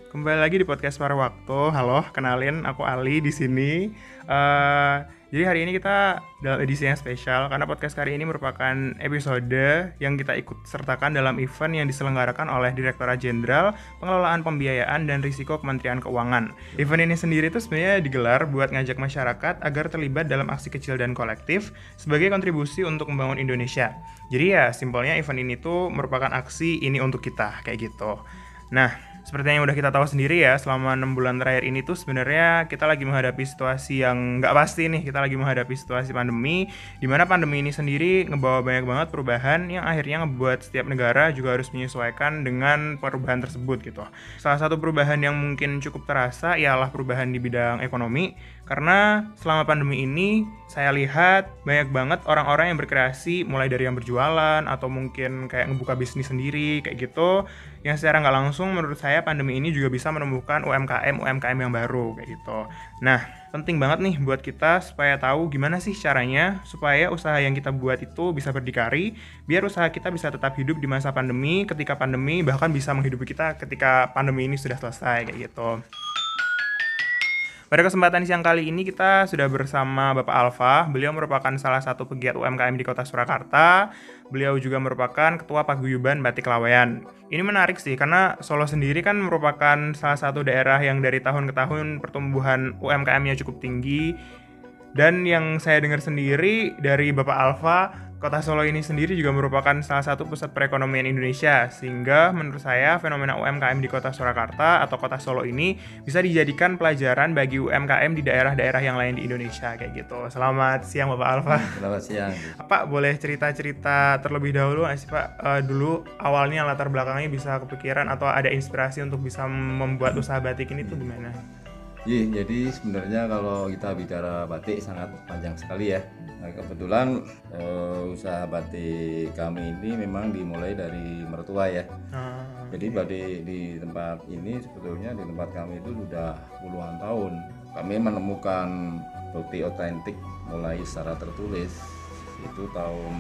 Kembali lagi di podcast Paruh Waktu. Halo, kenalin aku Ali di sini. Eh, jadi hari ini kita dalam edisi yang spesial karena podcast kali ini merupakan episode yang kita ikut sertakan dalam event yang diselenggarakan oleh Direktorat Jenderal Pengelolaan Pembiayaan dan Risiko Kementerian Keuangan. Event ini sendiri itu sebenarnya digelar buat ngajak masyarakat agar terlibat dalam aksi kecil dan kolektif sebagai kontribusi untuk membangun Indonesia. Jadi ya simpelnya event ini tuh merupakan aksi ini untuk kita kayak gitu. Nah, seperti yang udah kita tahu sendiri ya, selama 6 bulan terakhir ini tuh sebenarnya kita lagi menghadapi situasi yang nggak pasti nih. Kita lagi menghadapi situasi pandemi, di mana pandemi ini sendiri ngebawa banyak banget perubahan yang akhirnya ngebuat setiap negara juga harus menyesuaikan dengan perubahan tersebut gitu. Salah satu perubahan yang mungkin cukup terasa ialah perubahan di bidang ekonomi, karena selama pandemi ini saya lihat banyak banget orang-orang yang berkreasi, mulai dari yang berjualan atau mungkin kayak ngebuka bisnis sendiri kayak gitu, yang secara nggak langsung menurut saya pandemi ini juga bisa menumbuhkan UMKM yang baru kayak gitu. Nah, penting banget nih buat kita supaya tahu gimana sih caranya supaya usaha yang kita buat itu bisa berdikari, biar usaha kita bisa tetap hidup di masa pandemi, ketika pandemi, bahkan bisa menghidupi kita ketika pandemi ini sudah selesai kayak gitu. Pada kesempatan siang kali ini kita sudah bersama Bapak Alfa. Beliau merupakan salah satu pegiat UMKM di Kota Surakarta. Beliau juga merupakan Ketua Paguyuban Batik Laweyan. Ini menarik sih karena Solo sendiri kan merupakan salah satu daerah yang dari tahun ke tahun pertumbuhan UMKM-nya cukup tinggi. Dan yang saya dengar sendiri dari Bapak Alfa, Kota Solo ini sendiri juga merupakan salah satu pusat perekonomian Indonesia, sehingga menurut saya fenomena UMKM di Kota Surakarta atau Kota Solo ini bisa dijadikan pelajaran bagi UMKM di daerah-daerah yang lain di Indonesia kayak gitu. Selamat siang Bapak Alfa. Selamat siang. Pak, boleh cerita-cerita terlebih dahulu nggak sih Pak? Dulu awalnya latar belakangnya bisa kepikiran atau ada inspirasi untuk bisa membuat usaha batik ini tuh gimana? Iya, jadi sebenarnya kalau kita bicara batik sangat panjang sekali ya. Nah, kebetulan usaha batik kami ini memang dimulai dari mertua ya. Jadi batik di tempat ini sebetulnya di tempat kami itu sudah puluhan tahun. Kami menemukan batik otentik mulai secara tertulis itu tahun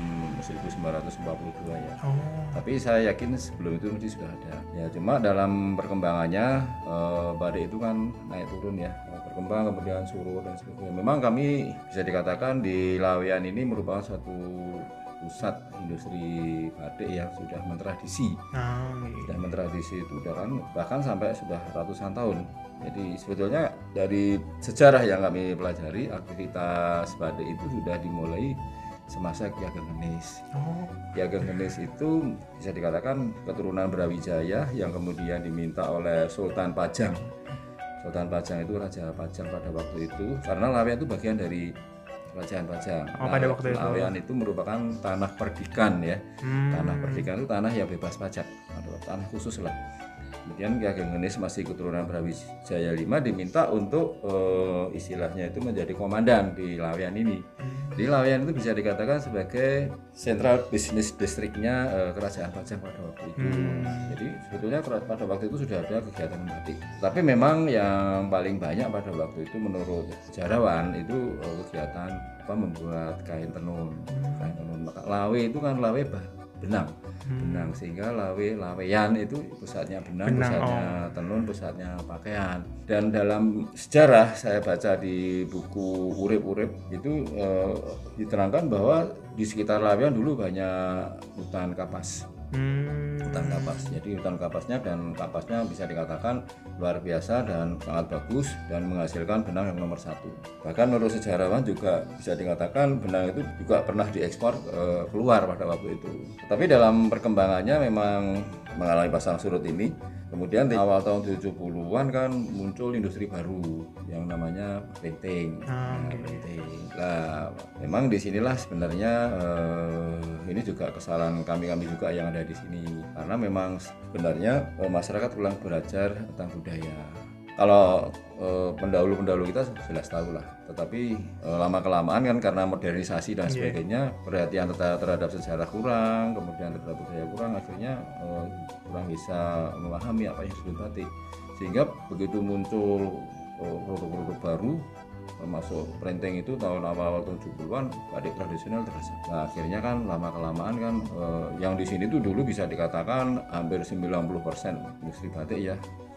1942 ya. Tapi saya yakin sebelum itu mesti sudah ada. Ya cuma dalam perkembangannya batik itu kan naik turun ya. Berkembang kemudian surut dan sebagainya. Memang kami bisa dikatakan di Laweyan ini merupakan suatu pusat industri batik yang sudah mentradisi. Sudah mentradisi itu bahkan sampai sudah ratusan tahun. Jadi sebetulnya dari sejarah yang kami pelajari, aktivitas batik itu sudah dimulai semasa Ki Ageng Henis. Ki Ageng Henis itu bisa dikatakan keturunan Brawijaya yang kemudian diminta oleh Sultan Pajang. Sultan Pajang itu Raja Pajang pada waktu itu, karena Laweyan itu bagian dari Kerajaan Pajang. Pada waktu itu. Laweyan itu merupakan tanah perdikan ya. Tanah perdikan itu tanah yang bebas pajak, tanah khusus lah. Kemudian Ki Ageng Henis masih keturunan Brawijaya V diminta untuk istilahnya itu menjadi komandan di Laweyan ini. Jadi Laweyan itu bisa dikatakan sebagai sentral bisnis distriknya Kerajaan Pajang pada waktu itu. Jadi sebetulnya pada waktu itu sudah ada kegiatan batik. Tapi memang yang paling banyak pada waktu itu menurut sejarawan itu kegiatan membuat kain tenun. Kain tenun. Maka lawe itu kan lawe benang, sehingga Laweyan itu pusatnya benang, pusatnya tenun, pusatnya pakaian. Dan dalam sejarah saya baca di buku urip-urip itu diterangkan bahwa di sekitar Laweyan dulu banyak hutan kapas. Hutan kapas. Jadi hutan kapasnya bisa dikatakan luar biasa dan sangat bagus dan menghasilkan benang yang nomor satu. Bahkan menurut sejarawan juga bisa dikatakan benang itu juga pernah diekspor keluar pada waktu itu. Tapi dalam perkembangannya memang mengalami pasang surut ini. Kemudian di awal tahun 70-an kan muncul industri baru yang namanya printing. Nah, memang disinilah sebenarnya ini juga kesalahan kami juga yang ada di sini, karena memang sebenarnya masyarakat kurang belajar tentang budaya. Kalau pendahulu kita jelas tahu lah, tetapi lama kelamaan kan karena modernisasi dan sebagainya, perhatian terhadap sejarah kurang, kemudian terhadap budaya kurang, akhirnya kurang bisa memahami apa yang disebut batik. Sehingga begitu muncul produk-produk baru, termasuk printing itu tahun awal 70-an, batik tradisional terasa. Nah, akhirnya kan lama kelamaan kan yang di sini tuh dulu bisa dikatakan hampir 90% industri batik ya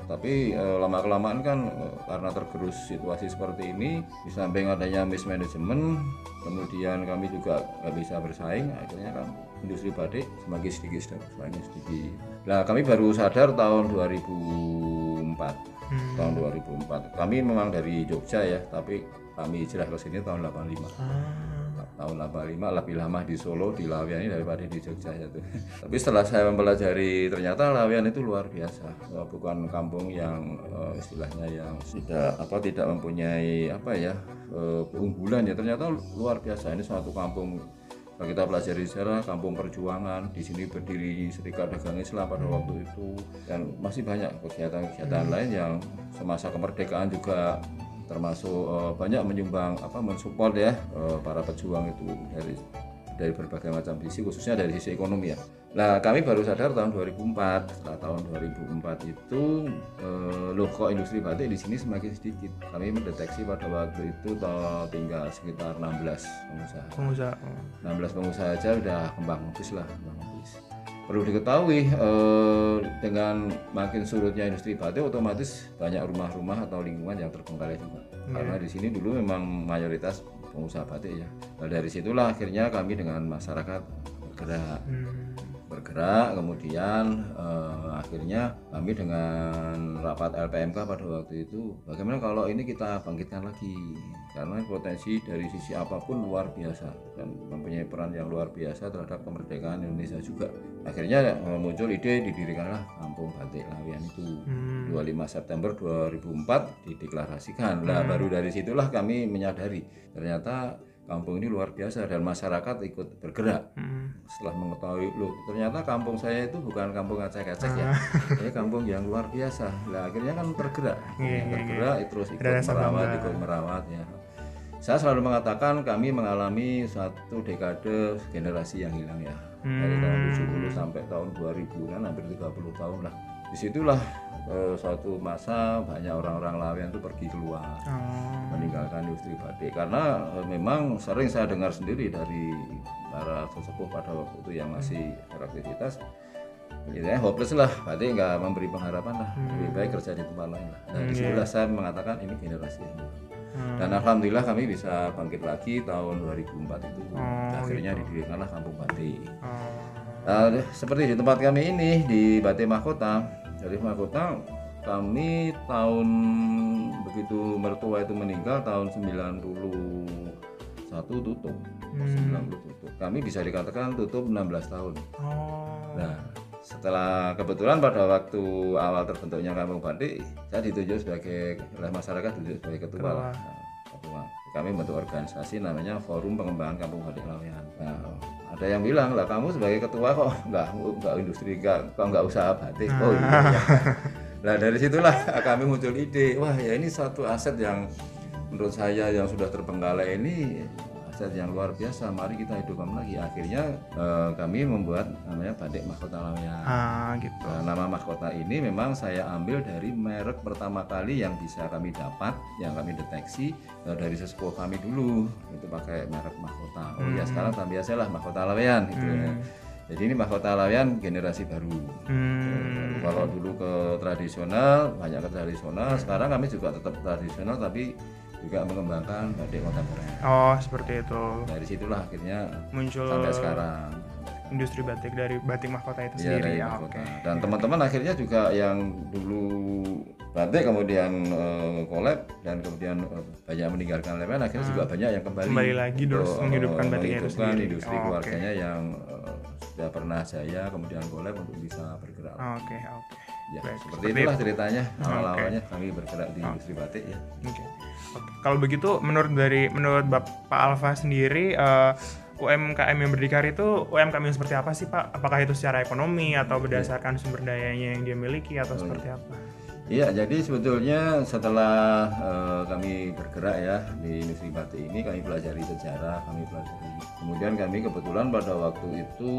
Tapi lama-kelamaan kan karena tergerus situasi seperti ini, di samping adanya mismanagement, kemudian kami juga nggak bisa bersaing, akhirnya kan industri batik semakin sedikit. Nah, kami baru sadar tahun 2004. Tahun 2004. Kami memang dari Jogja ya, tapi kami hijrah ke sini tahun 85. Tahun 85 lebih lama di Solo, di Laweyan ini daripada di Jogja ya tuh. Tapi setelah saya mempelajari, ternyata Laweyan itu luar biasa. Bukan kampung yang istilahnya yang tidak mempunyai keunggulan ya. Ternyata luar biasa. Ini suatu kampung, kalau kita pelajari sejarah, kampung perjuangan. Di sini berdiri Serikat Dagang Islam pada waktu itu, dan masih banyak kegiatan-kegiatan lain yang semasa kemerdekaan juga termasuk banyak menyumbang mensupport ya para pejuang itu dari berbagai macam sisi, khususnya dari sisi ekonomi ya. Nah, kami baru sadar tahun 2004. Setelah tahun 2004 itu loh kok industri batik di sini semakin sedikit. Kami mendeteksi pada waktu itu tinggal sekitar 16 pengusaha. 16 pengusaha aja udah kembang habis. Perlu diketahui dengan makin surutnya industri batik, otomatis banyak rumah-rumah atau lingkungan yang terbengkalai juga. Karena di sini dulu memang mayoritas pengusaha batik ya. Nah, dari situlah akhirnya kami dengan masyarakat bergerak, kemudian akhirnya kami dengan rapat LPMK pada waktu itu, bagaimana kalau ini kita bangkitkan lagi, karena potensi dari sisi apapun luar biasa dan mempunyai peran yang luar biasa terhadap kemerdekaan Indonesia juga. Akhirnya muncul ide, didirikanlah Kampung Batik Laweyan itu 25 September 2004 dideklarasikan. Nah, baru dari situlah kami menyadari ternyata kampung ini luar biasa dan masyarakat ikut bergerak. Setelah mengetahui, loh ternyata kampung saya itu bukan kampung acak-acak ya, ini kampung yang luar biasa. Nah, akhirnya kan tergerak, terus ikut merawat ya. Saya selalu mengatakan kami mengalami satu dekade generasi yang hilang ya, dari tahun 70 sampai tahun 2000 kan hampir 30 tahun lah. Disitulah suatu masa banyak orang-orang Laweyan itu pergi keluar, meninggalkan industri batik, karena memang sering saya dengar sendiri dari para sesepuh pada waktu itu yang masih beraktivitas, ya hopeless lah, batik nggak memberi pengharapan lah, lebih baik kerja di tempat lain lah. Dan disitulah saya mengatakan ini generasi yang dan alhamdulillah kami bisa bangkit lagi tahun 2004 itu. Akhirnya didirikanlah Kampung Batik. Seperti di tempat kami ini di Batik Mahkota. Dari Mahkota kami tahun begitu mertua itu meninggal tahun 91 tutup. 90 tutup. Kami bisa dikatakan tutup 16 tahun. Nah, setelah kebetulan pada waktu awal terbentuknya Kampung Batik, saya ditunjuk oleh masyarakat ditunjuk sebagai ketua lah. Ketua. Kami membentuk organisasi namanya Forum Pengembangan Kampung Batik Laweyan. Nah, ada yang bilang lah, kamu sebagai ketua kok nggak industri, kok nggak usaha batik. Oh iya. Nah, dari situlah kami muncul ide, wah ya ini satu aset yang menurut saya yang sudah terbengkalai ini aset yang luar biasa, mari kita hidupkan lagi. Akhirnya kami membuat namanya Batik Mahkota Laweyan. Gitu. Nama mahkota ini memang saya ambil dari merek pertama kali yang bisa kami dapat, yang kami deteksi dari sesepuh kami dulu, itu pakai merek mahkota. Oh ya, sekarang tambah lah Mahkota Laweyan gitu ya. Jadi ini Mahkota Laweyan generasi baru. Kalau dulu ke tradisional, banyak ke tradisional, sekarang kami juga tetap tradisional tapi juga mengembangkan batik kontemporer. Oh, seperti itu. Dari situlah akhirnya muncul sampai sekarang industri batik dari Batik Mahkota itu ya, sendiri. Dan teman-teman akhirnya juga yang dulu batik kemudian collab dan kemudian banyak meninggalkan Laweyan, akhirnya juga banyak yang kembali lagi terus menghidupkan batiknya itu sendiri. Industri keluarganya yang sudah pernah jaya kemudian collab untuk bisa bergerak. Ya, seperti itulah ceritanya awal-awalnya kami bergerak di industri batik ya. Kalau begitu menurut Bapak Alfa sendiri, UMKM yang berdikari itu UMKM yang seperti apa sih Pak? Apakah itu secara ekonomi atau berdasarkan sumber dayanya yang dia miliki atau seperti apa? Iya, jadi sebetulnya setelah kami bergerak ya di industri batik ini, kami pelajari sejarah, kemudian kami kebetulan pada waktu itu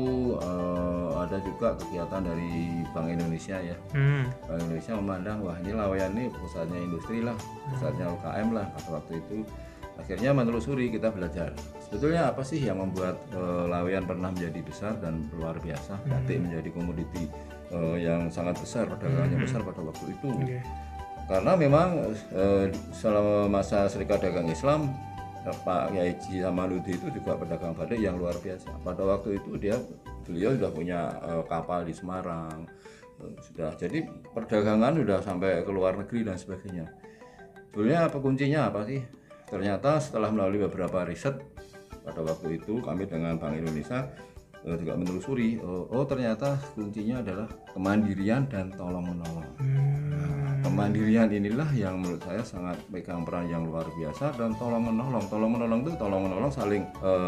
ada juga kegiatan dari Bank Indonesia ya. Bank Indonesia memandang, wah ini Laweyan ini pusatnya industri lah, pusatnya UKM lah pada waktu itu. Akhirnya menelusuri, kita belajar sebetulnya apa sih yang membuat Laweyan pernah menjadi besar dan luar biasa, batik menjadi komoditi yang sangat besar, perdagangan yang besar pada waktu itu. Okay. Karena memang selama masa Serikat Dagang Islam, Pak Kiai Haji Samanhudi itu juga pedagang batik yang luar biasa. Pada waktu itu beliau sudah punya kapal di Semarang, sudah jadi perdagangan sudah sampai ke luar negeri dan sebagainya. Sebenarnya apa kuncinya apa sih? Ternyata setelah melalui beberapa riset pada waktu itu kami dengan Bank Indonesia juga menelusuri, ternyata kuncinya adalah kemandirian dan tolong menolong. Kemandirian inilah yang menurut saya sangat pegang peran yang luar biasa, dan tolong menolong itu saling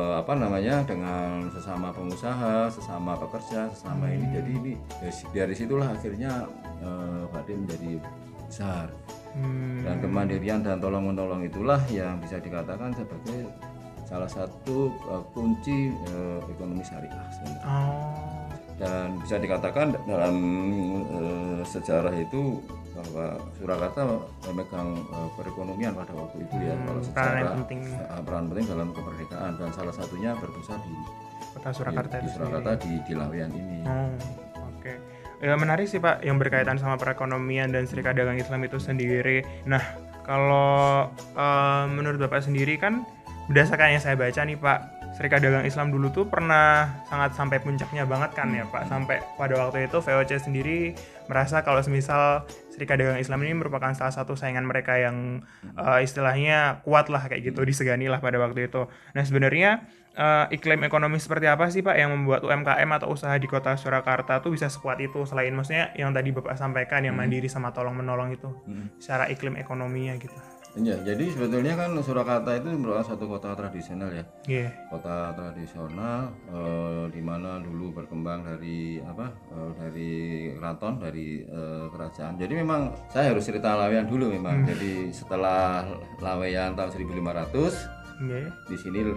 dengan sesama pengusaha, sesama pekerja, sesama ini. Jadi ini dari situlah akhirnya batik menjadi besar. Dan kemandirian dan tolong menolong itulah yang bisa dikatakan sebagai salah satu kunci ekonomi syariah sebenarnya. Dan bisa dikatakan dalam sejarah itu bahwa Surakarta memegang perekonomian pada waktu itu ya, kalau secara peran penting dalam kemerdekaan, dan salah satunya berpusat di Kota Surakarta, di Surakarta di Laweyan ini. Oke. Ya, menarik sih Pak yang berkaitan sama perekonomian dan Serikat Dagang Islam itu sendiri. Nah, kalau menurut Bapak sendiri kan berdasarkan yang saya baca nih Pak, Serikat Dagang Islam dulu tuh pernah sangat sampai puncaknya banget kan ya Pak, sampai pada waktu itu VOC sendiri merasa kalau semisal Serikat Dagang Islam ini merupakan salah satu saingan mereka yang istilahnya kuat lah kayak gitu, disegani lah pada waktu itu. Nah sebenarnya iklim ekonomi seperti apa sih Pak yang membuat UMKM atau usaha di kota Surakarta tuh bisa sekuat itu, selain maksudnya yang tadi Bapak sampaikan yang mandiri sama tolong menolong itu, secara iklim ekonominya gitu. Ya, jadi sebetulnya kan Surakarta itu merupakan suatu kota tradisional ya. Kota tradisional di mana dulu berkembang dari dari keraton, dari kerajaan. Jadi memang saya harus cerita Laweyan dulu memang. Jadi setelah Laweyan tahun 1500 di sini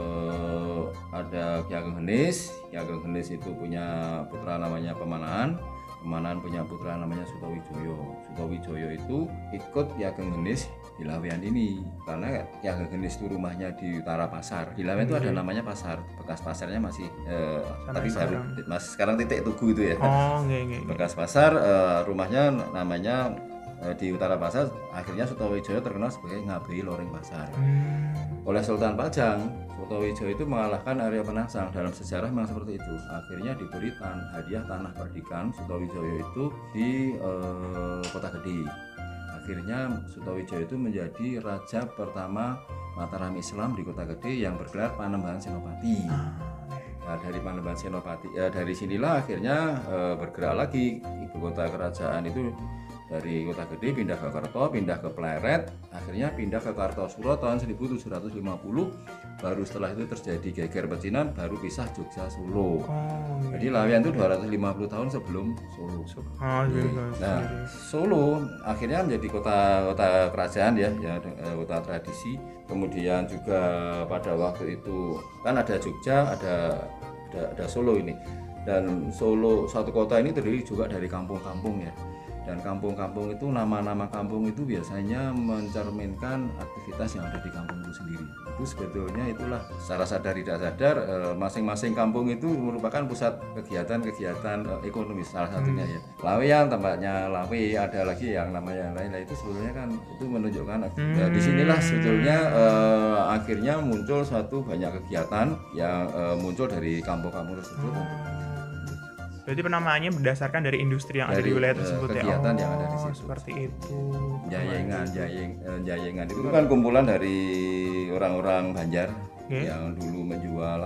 ada Ki Ageng Henis. Ki Ageng Henis itu punya putra namanya Pemanahan. Pemanahan punya putra namanya Sutowijoyo. Sutowijoyo itu ikut Ki Ageng Henis di Laweyan ini, karena Ki Ageng Henis itu rumahnya di Utara Pasar. Di Laweyan itu ada namanya pasar, bekas pasarnya masih tapi baru sekarang titik tugu itu ya. Bekas pasar, rumahnya namanya di Utara Pasar. Akhirnya Sutowijoyo terkenal sebagai Ngabei Loreng Pasar. Oleh Sultan Pajang, Sutowijoyo itu mengalahkan Arya Penangsang. Dalam sejarah memang seperti itu. Akhirnya diberi hadiah tanah perdikan Sutowijoyo itu di Kota Gede. Akhirnya Sutowijoyo itu menjadi raja pertama Mataram Islam di Kota Gede yang bergelar Panembahan Senopati. Nah, dari Panembahan Senopati, dari sinilah akhirnya bergerak lagi ibu kota kerajaan itu dari Kota Gede pindah ke Kerto, pindah ke Pleret, akhirnya pindah ke Kartosuro tahun 1750. Baru setelah itu terjadi geger pecinan, baru pisah Jogja Solo. Jadi Laweyan itu 250 tahun sebelum Solo. Nah, Solo akhirnya menjadi kota kerajaan ya, kota tradisi. Kemudian juga pada waktu itu kan ada Jogja, ada Solo ini. Dan Solo satu kota ini terdiri juga dari kampung-kampung ya. Dan kampung-kampung itu, nama-nama kampung itu biasanya mencerminkan aktivitas yang ada di kampung itu sendiri. Itu sebetulnya itulah secara sadar tidak sadar masing-masing kampung itu merupakan pusat kegiatan-kegiatan ekonomi salah satunya ya. Laweyan tempatnya Lawe, ada lagi yang namanya lain. Itu sebetulnya kan itu menunjukkan di sinilah sebetulnya akhirnya muncul suatu banyak kegiatan yang muncul dari kampung-kampung tersebut. Berarti penamaannya berdasarkan dari industri yang ada di wilayah tersebut ya. Kegiatan yang ada di situ. Seperti itu. Jayengan itu kan kumpulan dari orang-orang Banjar yang dulu menjual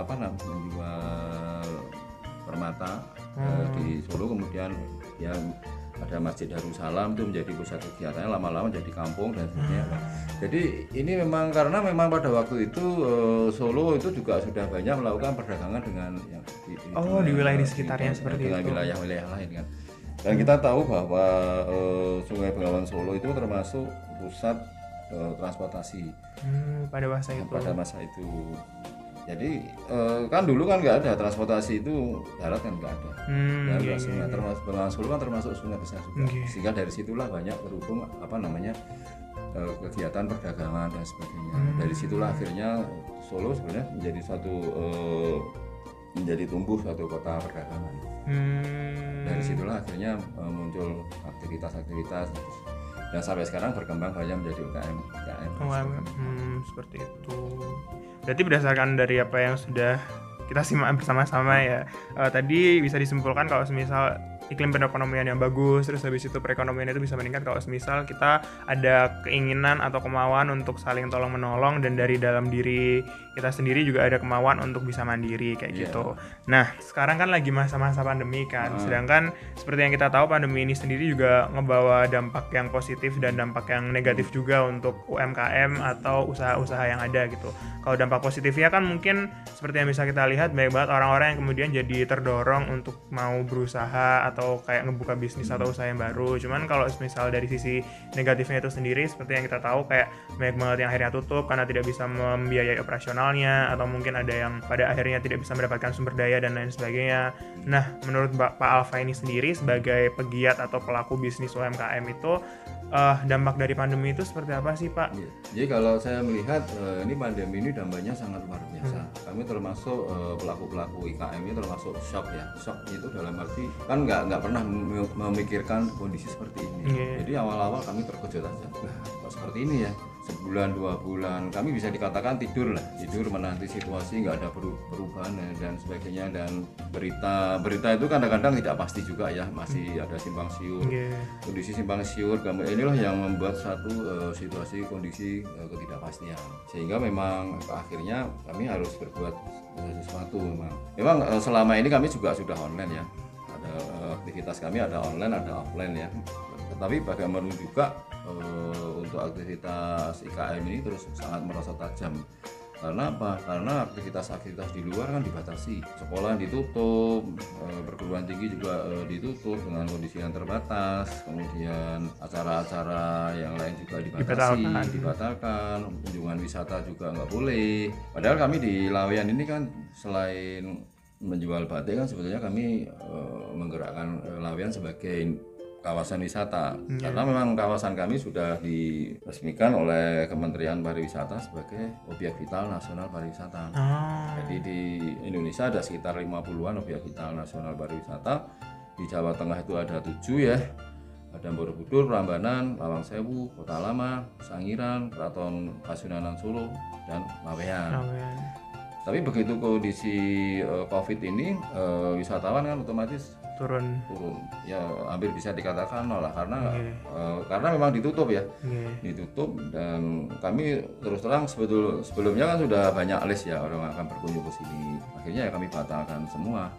permata di Solo, kemudian yang ada Masjid Darussalam itu menjadi pusat kegiatannya, lama-lama jadi kampung dan sebagainya. Jadi ini memang karena memang pada waktu itu Solo itu juga sudah banyak melakukan perdagangan dengan yang di wilayah di sekitarnya seperti dengan itu. wilayah-wilayah lain kan. Dan kita tahu bahwa Sungai Bengawan Solo itu termasuk pusat transportasi pada masa itu. Jadi kan dulu kan nggak ada transportasi itu darat kan nggak ada. Sungai termasuk Bengawan Solo kan termasuk sungai besar juga. Sehingga dari situlah banyak berhubung kegiatan perdagangan dan sebagainya. Dari situlah akhirnya Solo sebenarnya menjadi satu menjadi tumbuh suatu kota perdagangan. Dari situlah akhirnya muncul aktivitas-aktivitas dan sampai sekarang berkembang banyak menjadi UKM. Seperti itu. Berarti berdasarkan dari apa yang sudah kita simak bersama-sama ya, tadi bisa disimpulkan kalau semisal iklim perekonomian yang bagus, terus habis itu perekonomian itu bisa meningkat kalau semisal kita ada keinginan atau kemauan untuk saling tolong menolong, dan dari dalam diri kita sendiri juga ada kemauan untuk bisa mandiri kayak gitu. Nah, sekarang kan lagi masa-masa pandemi kan, sedangkan seperti yang kita tahu pandemi ini sendiri juga ngebawa dampak yang positif dan dampak yang negatif juga untuk UMKM atau usaha-usaha yang ada gitu. Kalau dampak positifnya kan mungkin seperti yang bisa kita lihat, banyak banget orang-orang yang kemudian jadi terdorong untuk mau berusaha atau kayak ngebuka bisnis atau usaha yang baru. Cuman kalau misal dari sisi negatifnya itu sendiri, seperti yang kita tahu kayak banyak banget yang akhirnya tutup karena tidak bisa membiayai operasionalnya, atau mungkin ada yang pada akhirnya tidak bisa mendapatkan sumber daya dan lain sebagainya. Nah, menurut Pak Alfa ini sendiri sebagai pegiat atau pelaku bisnis UMKM itu, dampak dari pandemi itu seperti apa sih Pak? Jadi kalau saya melihat ini pandemi ini dampaknya sangat luar biasa. Kami termasuk pelaku-pelaku IKM ini termasuk shock ya. Shock itu dalam arti kan nggak pernah memikirkan kondisi seperti ini. Jadi awal-awal kami terkejut aja. Nah, kok seperti ini ya? Sebulan 2 bulan kami bisa dikatakan tidur menanti situasi, nggak ada perubahan dan sebagainya. Dan berita itu kadang-kadang tidak pasti juga ya, masih ada simpang siur, kondisi simpang siur. Inilah yang membuat satu situasi kondisi ketidakpastian, sehingga memang akhirnya kami harus berbuat sesuatu. Memang selama ini kami juga sudah online ya, ada aktivitas kami ada online ada offline ya, tetapi bagaimana juga untuk aktivitas IKM ini terus sangat merasa tajam. Karena apa? Karena aktivitas di luar kan dibatasi, sekolah ditutup, perguruan tinggi juga ditutup dengan kondisi yang terbatas, kemudian acara-acara yang lain juga dibatalkan, kunjungan wisata juga nggak boleh. Padahal kami di Laweyan ini kan selain menjual batik kan sebetulnya kami menggerakkan Laweyan sebagai kawasan wisata, karena memang kawasan kami sudah diresmikan oleh Kementerian Pariwisata sebagai objek vital nasional pariwisata. Jadi di Indonesia ada sekitar 50-an objek vital nasional pariwisata. Di Jawa Tengah itu ada 7 ya, ada Borobudur, Prambanan, Lawang Sewu, Kota Lama, Sangiran, Keraton Kasunanan Solo, dan Laweyan. Tapi begitu kondisi COVID ini, wisatawan kan otomatis turun ya, hampir bisa dikatakan nol lah, karena memang ditutup ya, ditutup. Dan kami terus terang sebelumnya kan sudah banyak list ya orang akan berkunjung ke sini, akhirnya ya kami dibatalkan semua.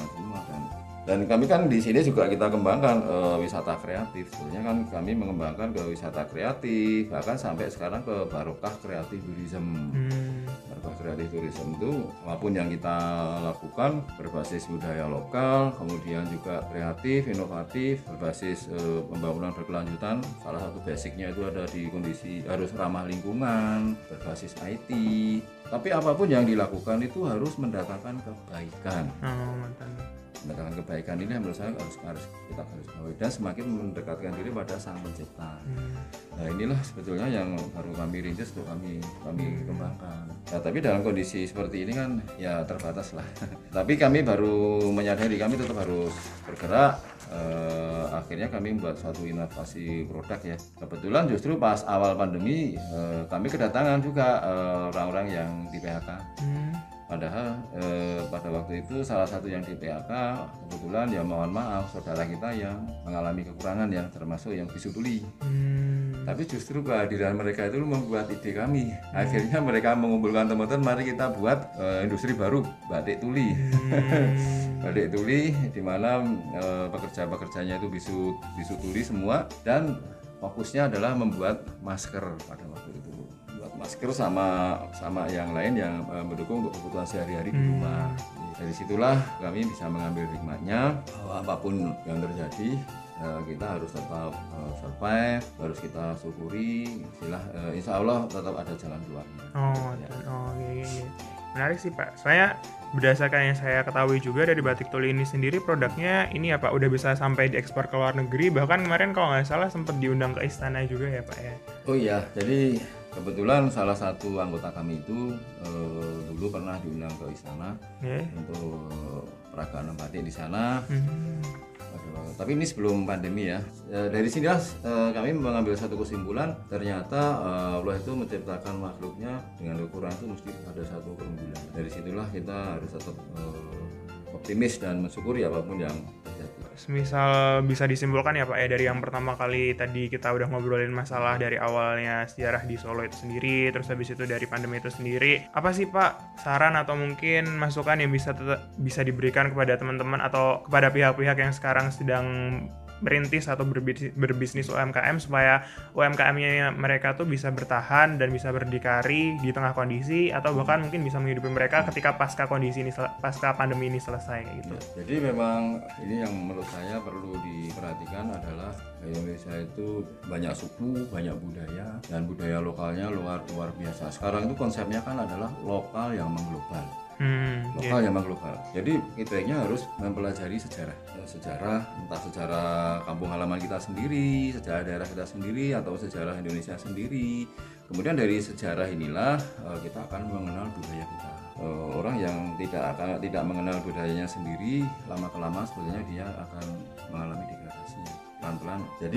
Dan kami kan di sini juga kita kembangkan wisata kreatif. Sebenarnya kan kami mengembangkan ke wisata kreatif, bahkan sampai sekarang ke barokah kreatif tourism. Barokah kreatif tourism itu apapun yang kita lakukan berbasis budaya lokal, kemudian juga kreatif, inovatif, berbasis pembangunan berkelanjutan. Salah satu basicnya itu ada di kondisi harus ramah lingkungan, berbasis IT. Tapi apapun yang dilakukan itu harus mendatangkan kebaikan. Mendatangkan kebaikan ini menurut saya harus kita garis bawahi dan semakin mendekatkan diri pada Sang Pencipta. Nah, inilah sebetulnya yang baru kami rintis untuk kami kembangkan. Nah, tapi dalam kondisi seperti ini kan ya terbatas lah. Tapi kami baru menyadari kami tetap harus bergerak. Akhirnya kami membuat suatu inovasi produk ya. Kebetulan justru pas awal pandemi kami kedatangan juga orang-orang yang di PHK. Padahal pada waktu itu salah satu yang di PHK kebetulan ya mohon maaf saudara kita yang mengalami kekurangan ya, termasuk yang bisu tuli. Tapi justru kehadiran mereka itu membuat ide kami. Akhirnya mereka mengumpulkan teman-teman, mari kita buat industri baru, batik tuli. Batik tuli di mana pekerja-pekerjanya itu bisu tuli semua, dan fokusnya adalah membuat masker pada waktu itu. Masker sama yang lain yang mendukung untuk kebutuhan sehari-hari di rumah. Dari situlah kami bisa mengambil hikmahnya bahwa apapun yang terjadi kita harus tetap survive, harus kita syukuri. Insya Allah tetap ada jalan keluarnya. Menarik sih Pak. Soalnya berdasarkan yang saya ketahui juga dari batik tuli ini sendiri, produknya ini ya Pak udah bisa sampai diekspor ke luar negeri. Bahkan kemarin kalau nggak salah sempat diundang ke istana juga ya Pak ya. Oh iya, jadi Kebetulan salah satu anggota kami itu dulu pernah diundang ke istana untuk peragaan batik di sana. Tapi ini sebelum pandemi ya. Dari sinilah kami mengambil satu kesimpulan, ternyata Allah itu menciptakan makhluknya dengan ukuran itu mesti ada satu keunggulan. Dari situlah kita harus tetap optimis dan mensyukuri apapun yang terjadi. Misal bisa disimpulkan ya Pak ya, dari yang pertama kali tadi kita udah ngobrolin masalah dari awalnya sejarah di Solo itu sendiri, terus habis itu dari pandemi itu sendiri. Apa sih Pak saran atau mungkin masukan yang bisa diberikan kepada teman-teman atau kepada pihak-pihak yang sekarang sedang merintis atau berbisnis UMKM supaya UMKM-nya mereka tuh bisa bertahan dan bisa berdikari di tengah kondisi atau bahkan mungkin bisa menghidupi mereka ketika pasca pandemi ini selesai gitu. Jadi memang ini yang menurut saya perlu diperhatikan adalah Indonesia itu banyak suku, banyak budaya, dan budaya lokalnya luar biasa. Sekarang itu konsepnya kan adalah lokal yang mengglobal. Lokal yang mengglobal. Jadi kita harus mempelajari sejarah, entah sejarah kampung halaman kita sendiri, sejarah daerah kita sendiri, atau sejarah Indonesia sendiri. Kemudian dari sejarah inilah kita akan mengenal budaya kita. Orang yang tidak mengenal budayanya sendiri, lama kelamaan sebetulnya dia akan mengalami degradasi pelan-pelan. Jadi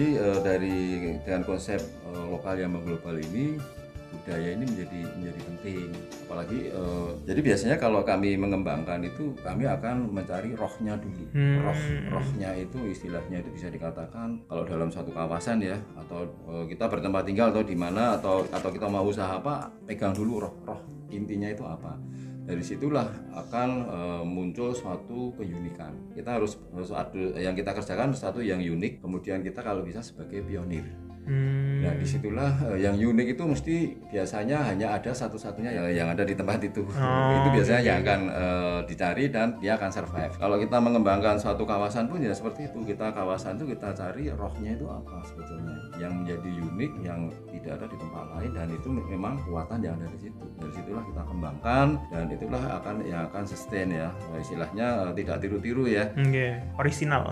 dengan konsep lokal yang mengglobal ini, budaya ini menjadi penting. Apalagi jadi biasanya kalau kami mengembangkan itu kami akan mencari rohnya dulu. Rohnya itu istilahnya itu bisa dikatakan kalau dalam satu kawasan ya, atau kita bertempat tinggal atau di mana atau kita mau usaha apa, pegang dulu roh intinya itu apa. Dari situlah akan muncul suatu keunikan. Kita harus yang kita kerjakan sesuatu yang unik, kemudian kita kalau bisa sebagai pionir. Nah disitulah yang unik itu mesti biasanya hanya ada satu-satunya yang ada di tempat itu. Itu biasanya yang akan dicari dan dia akan survive. Kalau kita mengembangkan suatu kawasan pun ya seperti itu. Kawasan itu kita cari rohnya itu apa sebetulnya yang menjadi unik, yang tidak ada di tempat lain, dan itu memang kekuatan yang ada di situ. Dari situlah kita kembangkan dan itulah yang akan sustain ya. Istilahnya tidak tiru-tiru ya. Original.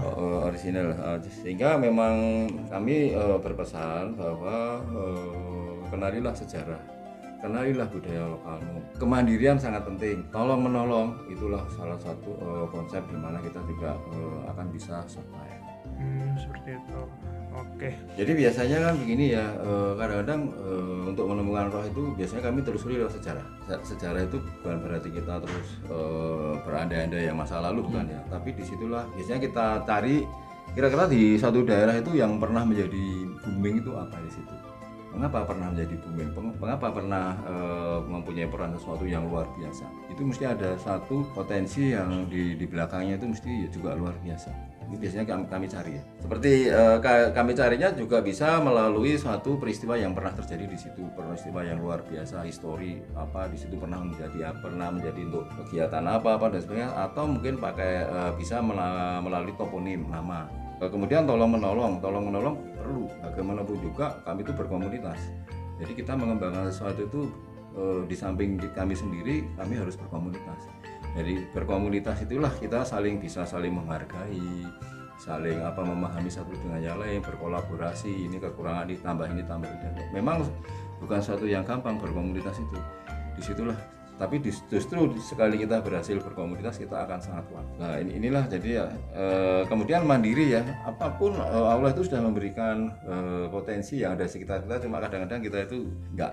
Sehingga memang kami berpesan bahwa kenalilah sejarah, kenalilah budaya lokalmu. Kemandirian sangat penting, tolong menolong itulah salah satu konsep di mana kita juga akan bisa survive. Seperti itu. Oke. Jadi biasanya kan begini ya, kadang-kadang untuk menemukan roh itu biasanya kami telusuri lewat sejarah. Sejarah itu bukan berarti kita terus berandai-andai yang masa lalu, bukan ya. Tapi disitulah biasanya kita cari kira-kira di satu daerah itu yang pernah menjadi booming itu apa di situ. Mengapa pernah menjadi booming? Mengapa pernah mempunyai peran sesuatu yang luar biasa? Itu mesti ada satu potensi yang di belakangnya itu mesti juga luar biasa. Ini biasanya kami cari ya. Seperti kami carinya juga bisa melalui suatu peristiwa yang pernah terjadi di situ, peristiwa yang luar biasa, histori apa di situ pernah menjadi untuk kegiatan apa dan sebagainya, atau mungkin bisa melalui toponim nama. Kemudian tolong menolong perlu. Bagaimanapun juga kami itu berkomunitas. Jadi kita mengembangkan sesuatu itu di samping kami sendiri, kami harus berkomunitas. Jadi berkomunitas itulah kita bisa saling menghargai, saling memahami satu dengan yang lain, berkolaborasi. Ini kekurangan ditambah ini. Memang bukan suatu yang gampang berkomunitas itu. Disitulah. Tapi justru sekali kita berhasil berkomunitas kita akan sangat kuat. Nah inilah jadi ya kemudian mandiri ya, apapun Allah itu sudah memberikan potensi yang ada di sekitar kita, cuma kadang-kadang kita itu nggak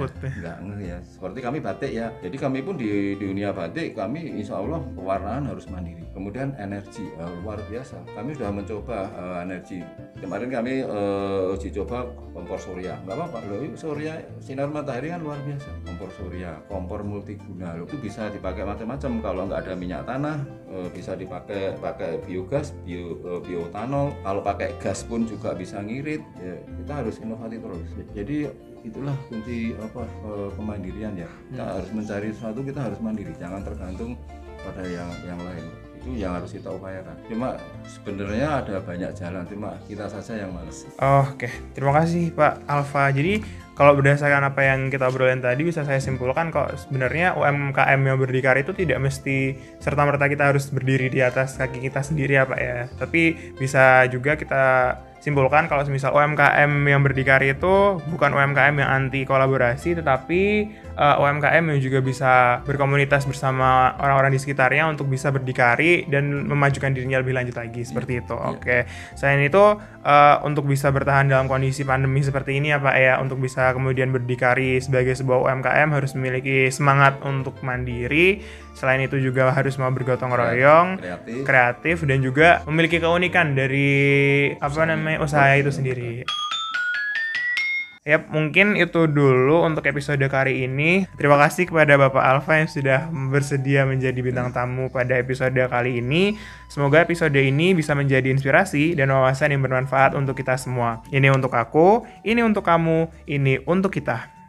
ngeh ya. Seperti kami batik ya, jadi kami pun di dunia batik kami insya Allah pewarnaan harus mandiri. Kemudian energi luar biasa, kami sudah mencoba energi. Kemarin kami uji coba kompor surya, nggak apa-apa loh, surya sinar matahari kan luar biasa. Kompor surya, kompor multiguna itu bisa dipakai macam-macam. Kalau nggak ada minyak tanah bisa dipakai biogas, bioetanol. Kalau pakai gas pun juga bisa ngirit. Ya, kita harus inovatif terus. Jadi itulah kunci kemandirian ya. Kita harus mencari sesuatu, kita harus mandiri, jangan tergantung pada yang lain. Itu yang harus kita upayakan. Cuma sebenarnya ada banyak jalan, cuma kita saja yang malas. Oke, terima kasih Pak Alfa. Jadi kalau berdasarkan apa yang kita obrolin tadi, bisa saya simpulkan kok sebenarnya UMKM yang berdikari itu tidak mesti serta-merta kita harus berdiri di atas kaki kita sendiri ya Pak ya. Tapi bisa juga kita simpulkan kalau misal UMKM yang berdikari itu bukan UMKM yang anti kolaborasi, tetapi UMKM yang juga bisa berkomunitas bersama orang-orang di sekitarnya untuk bisa berdikari dan memajukan dirinya lebih lanjut lagi, seperti itu. Oke. Selain itu untuk bisa bertahan dalam kondisi pandemi seperti ini ya Pak ya, untuk bisa kemudian berdikari sebagai sebuah UMKM harus memiliki semangat untuk mandiri. Selain itu juga harus mau bergotong royong, kreatif dan juga memiliki keunikan dari usaha itu sendiri. Yap, mungkin itu dulu untuk episode kali ini. Terima kasih kepada Bapak Alfa yang sudah bersedia menjadi bintang tamu pada episode kali ini. Semoga episode ini bisa menjadi inspirasi dan wawasan yang bermanfaat untuk kita semua. Ini untuk aku, ini untuk kamu, ini untuk kita.